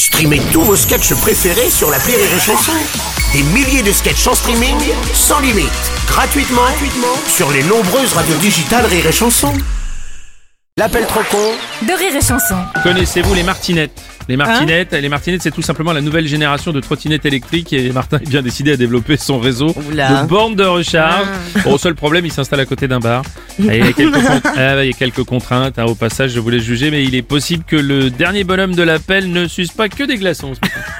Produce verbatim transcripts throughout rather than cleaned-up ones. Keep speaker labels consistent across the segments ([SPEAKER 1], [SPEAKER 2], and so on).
[SPEAKER 1] Streamez tous vos sketchs préférés sur l'appli Rire et Chanson. Des milliers de sketchs en streaming, sans limite, gratuitement, gratuitement sur les nombreuses radios digitales Rire et Chanson. L'appel trop con
[SPEAKER 2] de Rire et Chanson.
[SPEAKER 3] Connaissez-vous les martinettes? Les martinettes, hein les martinettes, c'est tout simplement la nouvelle génération de trottinettes électriques et Martin est bien décidé à développer son réseau
[SPEAKER 2] Oula.
[SPEAKER 3] de bornes de recharge.
[SPEAKER 2] Ah.
[SPEAKER 3] Bon, seul problème, il s'installe à côté d'un bar. Et il y a quelques, con- ah, il y a quelques contraintes, hein, au passage, je vous laisse juger, mais il est possible que le dernier bonhomme de l'appel ne suce pas que des glaçons.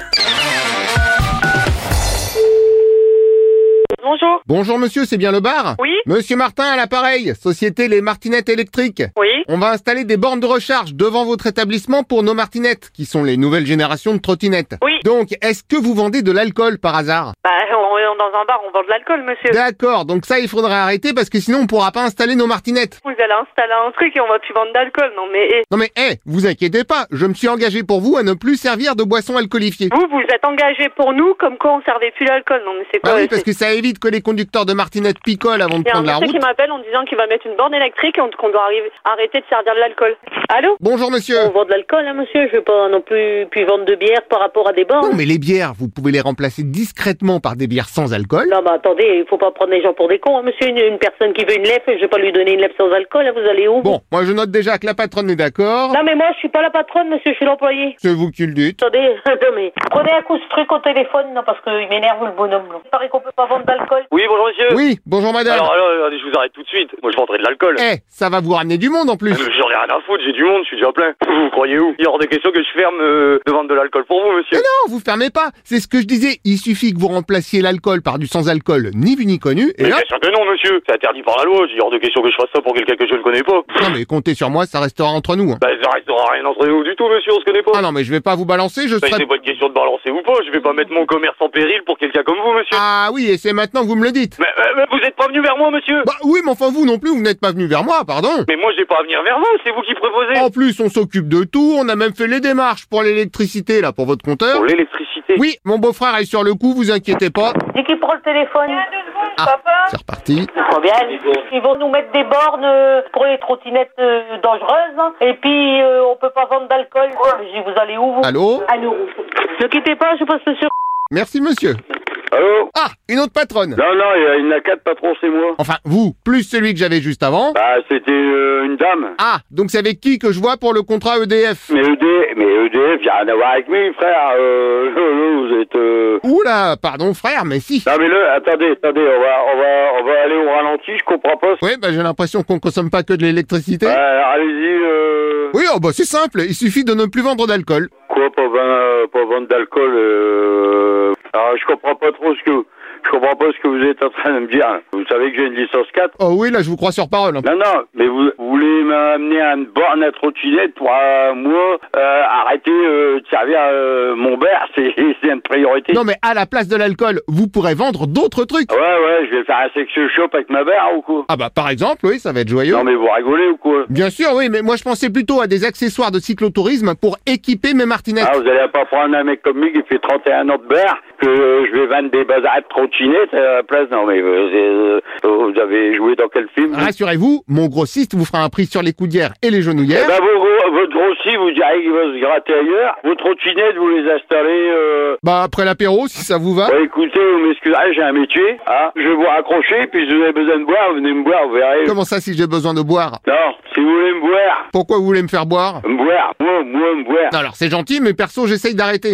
[SPEAKER 4] Bonjour.
[SPEAKER 5] Bonjour monsieur, c'est bien le bar?
[SPEAKER 4] Oui.
[SPEAKER 5] Monsieur Martin à l'appareil, société Les Martinettes Électriques.
[SPEAKER 4] Oui.
[SPEAKER 5] On va installer des bornes de recharge devant votre établissement pour nos martinettes, qui sont les nouvelles générations de trottinettes.
[SPEAKER 4] Oui.
[SPEAKER 5] Donc, est-ce que vous vendez de l'alcool par hasard?
[SPEAKER 4] Bah, on est dans un bar, on vend de l'alcool, monsieur.
[SPEAKER 5] D'accord, donc ça il faudrait arrêter parce que sinon on pourra pas installer nos martinettes.
[SPEAKER 4] Vous allez installer un truc et on va plus vendre d'alcool, non mais... eh.
[SPEAKER 5] Non mais, hé, vous inquiétez pas, je me suis engagé pour vous à ne plus servir de boissons alcoolifiées.
[SPEAKER 4] Vous, vous êtes engagé pour nous comme quoi on servait plus l'alcool, non mais c'est quoi
[SPEAKER 5] Ah oui,
[SPEAKER 4] c'est-
[SPEAKER 5] parce que ça évite que les conducteurs de martinettes picolent avant de
[SPEAKER 4] Il y a un
[SPEAKER 5] prendre la
[SPEAKER 4] monsieur
[SPEAKER 5] route.
[SPEAKER 4] qui m'appelle en disant qu'il va mettre une borne électrique et on- qu'on doit arriver, arrêter de servir de l'alcool. Allô?
[SPEAKER 5] Bonjour monsieur.
[SPEAKER 6] On vend de l'alcool, hein, monsieur. Je veux pas non plus, plus vendre de bière par rapport à des bornes.
[SPEAKER 5] Non mais les bières, vous pouvez les remplacer discrètement par des bières sans alcool.
[SPEAKER 6] Non, mais attendez, il faut pas prendre les gens pour des cons, hein, monsieur. Une, une personne qui veut une lèvre, je vais pas lui donner une lèvre sans alcool, hein, vous allez où?
[SPEAKER 5] Bon, moi je note déjà que la patronne est d'accord.
[SPEAKER 6] Non, mais moi, je suis pas la patronne, monsieur, je suis l'employé.
[SPEAKER 5] C'est vous qui le dites.
[SPEAKER 6] Attendez, non, mais prenez un coup ce truc au téléphone, non, parce qu'il m'énerve le bonhomme, là. Il paraît qu'on peut pas vendre d'alcool.
[SPEAKER 7] Oui, bonjour monsieur.
[SPEAKER 5] Oui, bonjour madame.
[SPEAKER 7] Alors, alors, attendez, je vous arrête tout de suite. Moi, je vendrai de l'alcool.
[SPEAKER 5] Eh, ça va vous ramener du monde en plus.
[SPEAKER 7] Euh, J'en ai rien à foutre, j'ai du monde, je suis déjà plein. Vous, vous croyez où? Il est hors de question que je ferme euh, de vendre de l'alcool pour vous, monsieur.
[SPEAKER 5] Mais non, vous fermez pas. C'est ce que je disais. Il suffit que vous remplaciez l'alcool par du sans-alcool, ni vu ni connu. Et
[SPEAKER 7] Mais
[SPEAKER 5] là,
[SPEAKER 7] bien sûr que non, monsieur. C'est interdit par la loi. Il est hors de question que je fasse ça pour quelqu'un que je ne connais pas.
[SPEAKER 5] non mais comptez sur moi, ça restera entre nous. hein.
[SPEAKER 7] Bah, ça restera rien entre nous du tout, monsieur, on se connaît pas.
[SPEAKER 5] Ah non mais je vais pas vous balancer, je
[SPEAKER 7] Bah,
[SPEAKER 5] serai...
[SPEAKER 7] c'est pas une question de balancer ou pas. Je vais pas mettre mon commerce en péril pour quelqu'un comme vous, monsieur.
[SPEAKER 5] Ah oui, et c'est maintenant que vous me le dites.
[SPEAKER 7] Mais, mais- mais vous êtes pas venu vers moi, monsieur.
[SPEAKER 5] Bah oui, mais enfin vous non plus, vous n'êtes pas venu vers moi, pardon.
[SPEAKER 7] Mais moi, j'ai pas à venir vers vous. C'est vous qui proposez.
[SPEAKER 5] En plus, on s'occupe de tout, on a même fait les démarches pour l'électricité là, pour votre compteur.
[SPEAKER 7] Pour l'électricité.
[SPEAKER 5] Oui, mon beau-frère est sur le coup, vous inquiétez pas.
[SPEAKER 6] Et qui prend le téléphone?
[SPEAKER 5] Ah, c'est reparti.
[SPEAKER 6] C'est pas bien. Ils vont nous mettre des bornes euh, pour les trottinettes euh, dangereuses, hein. Et puis, euh, on peut pas vendre d'alcool. Je dis, vous allez où, vous?
[SPEAKER 5] Allô?
[SPEAKER 6] Allô. Ne quittez pas, je passe monsieur.
[SPEAKER 5] Merci monsieur.
[SPEAKER 8] Allô?
[SPEAKER 5] Ah, une autre patronne.
[SPEAKER 8] Non, non, il y a- il y en a quatre patrons, c'est moi.
[SPEAKER 5] Enfin, vous, plus celui que j'avais juste avant.
[SPEAKER 8] Bah, c'était euh, une dame.
[SPEAKER 5] Ah, donc c'est avec qui que je vois pour le contrat E D F?
[SPEAKER 8] Mais E D F, mais E D F, y a rien à voir avec mes frère. Euh, là, là, vous êtes... Euh...
[SPEAKER 5] Oula, pardon frère, mais si.
[SPEAKER 8] Non, mais là, attendez, attendez, on va, on va, on va aller au ralenti, je comprends pas.
[SPEAKER 5] Oui, bah j'ai l'impression qu'on consomme pas que de l'électricité.
[SPEAKER 8] Euh, alors, allez-y, euh...
[SPEAKER 5] Oui, oh bah c'est simple, il suffit de ne plus vendre d'alcool.
[SPEAKER 8] Quoi, pas, vendre- euh, pas vendre d'alcool, euh... Alors, je comprends pas trop ce que... Je comprends pas ce que vous êtes en train de me dire. Vous savez que j'ai une licence quatre?
[SPEAKER 5] Oh oui, là je vous crois sur parole. hein.
[SPEAKER 8] Non, non, mais vous, vous voulez m'amener à une borne à trottinette pour, euh, moi, euh, arrêter euh, de servir euh, mon beurre, c'est c'est une priorité.
[SPEAKER 5] Non mais à la place de l'alcool, vous pourrez vendre d'autres trucs.
[SPEAKER 8] Ouais, ouais, je vais faire un sex shop avec ma beurre ou quoi?
[SPEAKER 5] Ah bah par exemple, oui, ça va être joyeux.
[SPEAKER 8] Non, mais vous rigolez ou quoi?
[SPEAKER 5] Bien sûr, oui, mais moi je pensais plutôt à des accessoires de cyclotourisme pour équiper mes martinettes.
[SPEAKER 8] Ah, vous allez pas prendre un mec comme lui qui fait trente et un ans de beurre, que euh, je vais vendre des bazars de trottinettes à la place? Non, mais euh, euh, vous avez joué dans quel film?
[SPEAKER 5] Rassurez-vous, mon grossiste vous fera un prix sur les coudières et les
[SPEAKER 8] Eh
[SPEAKER 5] genouillères.
[SPEAKER 8] ben, vos gros- votre grossi, vous direz qu'il va se gratter ailleurs. Vos trottinettes, vous les installez... Euh...
[SPEAKER 5] Bah après l'apéro, si ça vous va.
[SPEAKER 8] Bah, écoutez, vous m'excuserez, j'ai un métier. Hein. Je vais vous raccrocher, puis si vous avez besoin de boire, venez me boire, vous verrez.
[SPEAKER 5] Comment ça si j'ai besoin de boire?
[SPEAKER 8] Non, si vous voulez me boire,
[SPEAKER 5] Pourquoi vous voulez me faire boire?
[SPEAKER 8] me boire, moi, moi, me boire.
[SPEAKER 5] Non, alors c'est gentil, mais perso j'essaye d'arrêter.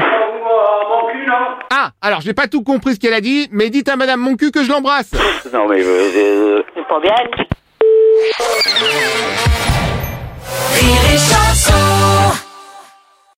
[SPEAKER 5] Ah, alors j'ai pas tout compris ce qu'elle a dit, mais dites à madame Moncu que je l'embrasse.
[SPEAKER 8] Non, mais... Euh, euh,
[SPEAKER 6] C'est pas bien.